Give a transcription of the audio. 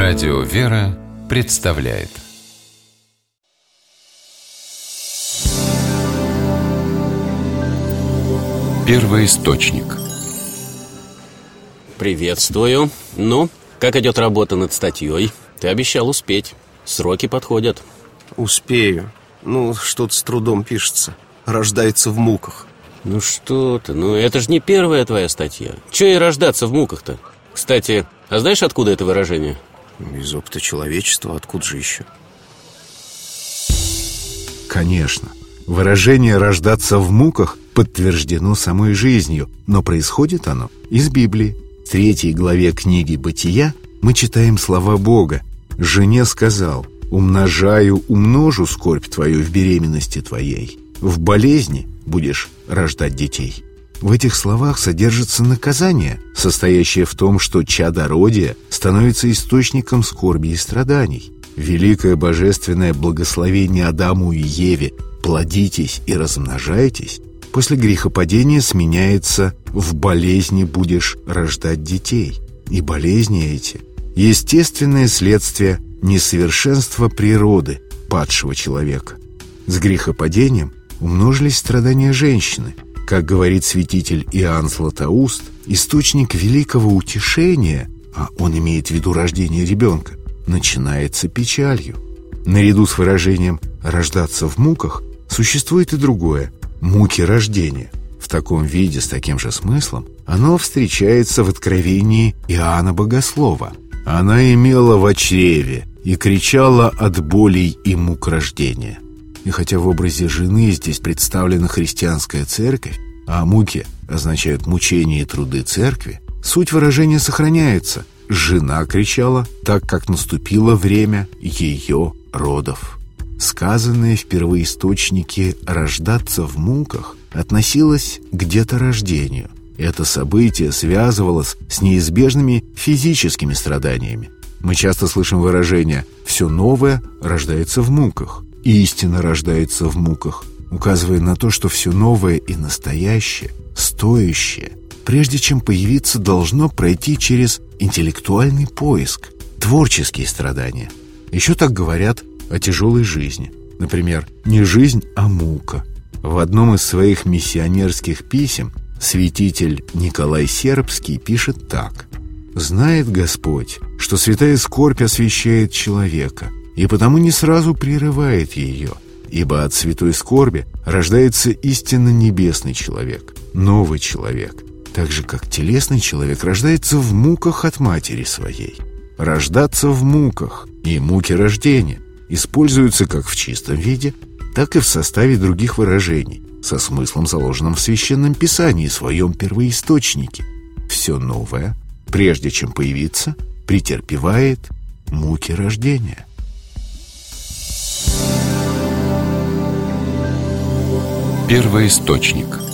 Радио «Вера» представляет. Первоисточник. Приветствую. Ну, как идет работа над статьей? Ты обещал успеть. Сроки подходят. Успею. Что-то с трудом пишется. Рождается в муках. Ну что ты, это же не первая твоя статья. Че и рождаться в муках-то? Кстати, а знаешь, откуда это выражение? Из опыта человечества, откуда же еще? Конечно, выражение «рождаться в муках» подтверждено самой жизнью, но происходит оно из Библии. В 3 главе книги «Бытия» мы читаем слова Бога. «Жене сказал: умножу скорбь твою в беременности твоей, в болезни будешь рождать детей». В этих словах содержится наказание, состоящее в том, что чадородие становится источником скорби и страданий. Великое божественное благословение Адаму и Еве «плодитесь и размножайтесь» после грехопадения сменяется «в болезни будешь рождать детей». И болезни эти – естественное следствие несовершенства природы падшего человека. С грехопадением умножились страдания женщины. Как говорит святитель Иоанн Златоуст, источник великого утешения, а он имеет в виду рождение ребенка, начинается печалью. Наряду с выражением «рождаться в муках» существует и другое – «муки рождения». В таком виде, с таким же смыслом, оно встречается в откровении Иоанна Богослова. «Она имела во чреве и кричала от болей и мук рождения». И хотя в образе жены здесь представлена христианская церковь, а муки означают мучения и труды церкви, суть выражения сохраняется. Жена кричала, так как наступило время ее родов. Сказанное в первоисточнике «рождаться в муках» относилось к деторождению. Это событие связывалось с неизбежными физическими страданиями. Мы часто слышим выражение «все новое рождается в муках». «Истина рождается в муках», указывая на то, что все новое и настоящее, стоящее, прежде чем появиться, должно пройти через интеллектуальный поиск, творческие страдания. Еще так говорят о тяжелой жизни. Например, не жизнь, а мука. В одном из своих миссионерских писем святитель Николай Сербский пишет так: «Знает Господь, что святая скорбь освящает человека, и потому не сразу прерывает ее, ибо от святой скорби рождается истинно небесный человек, новый человек, так же, как телесный человек рождается в муках от матери своей». Рождаться в муках и муки рождения используются как в чистом виде, так и в составе других выражений, со смыслом, заложенным в Священном Писании, своем первоисточнике. Все новое, прежде чем появиться, претерпевает муки рождения. Первоисточник.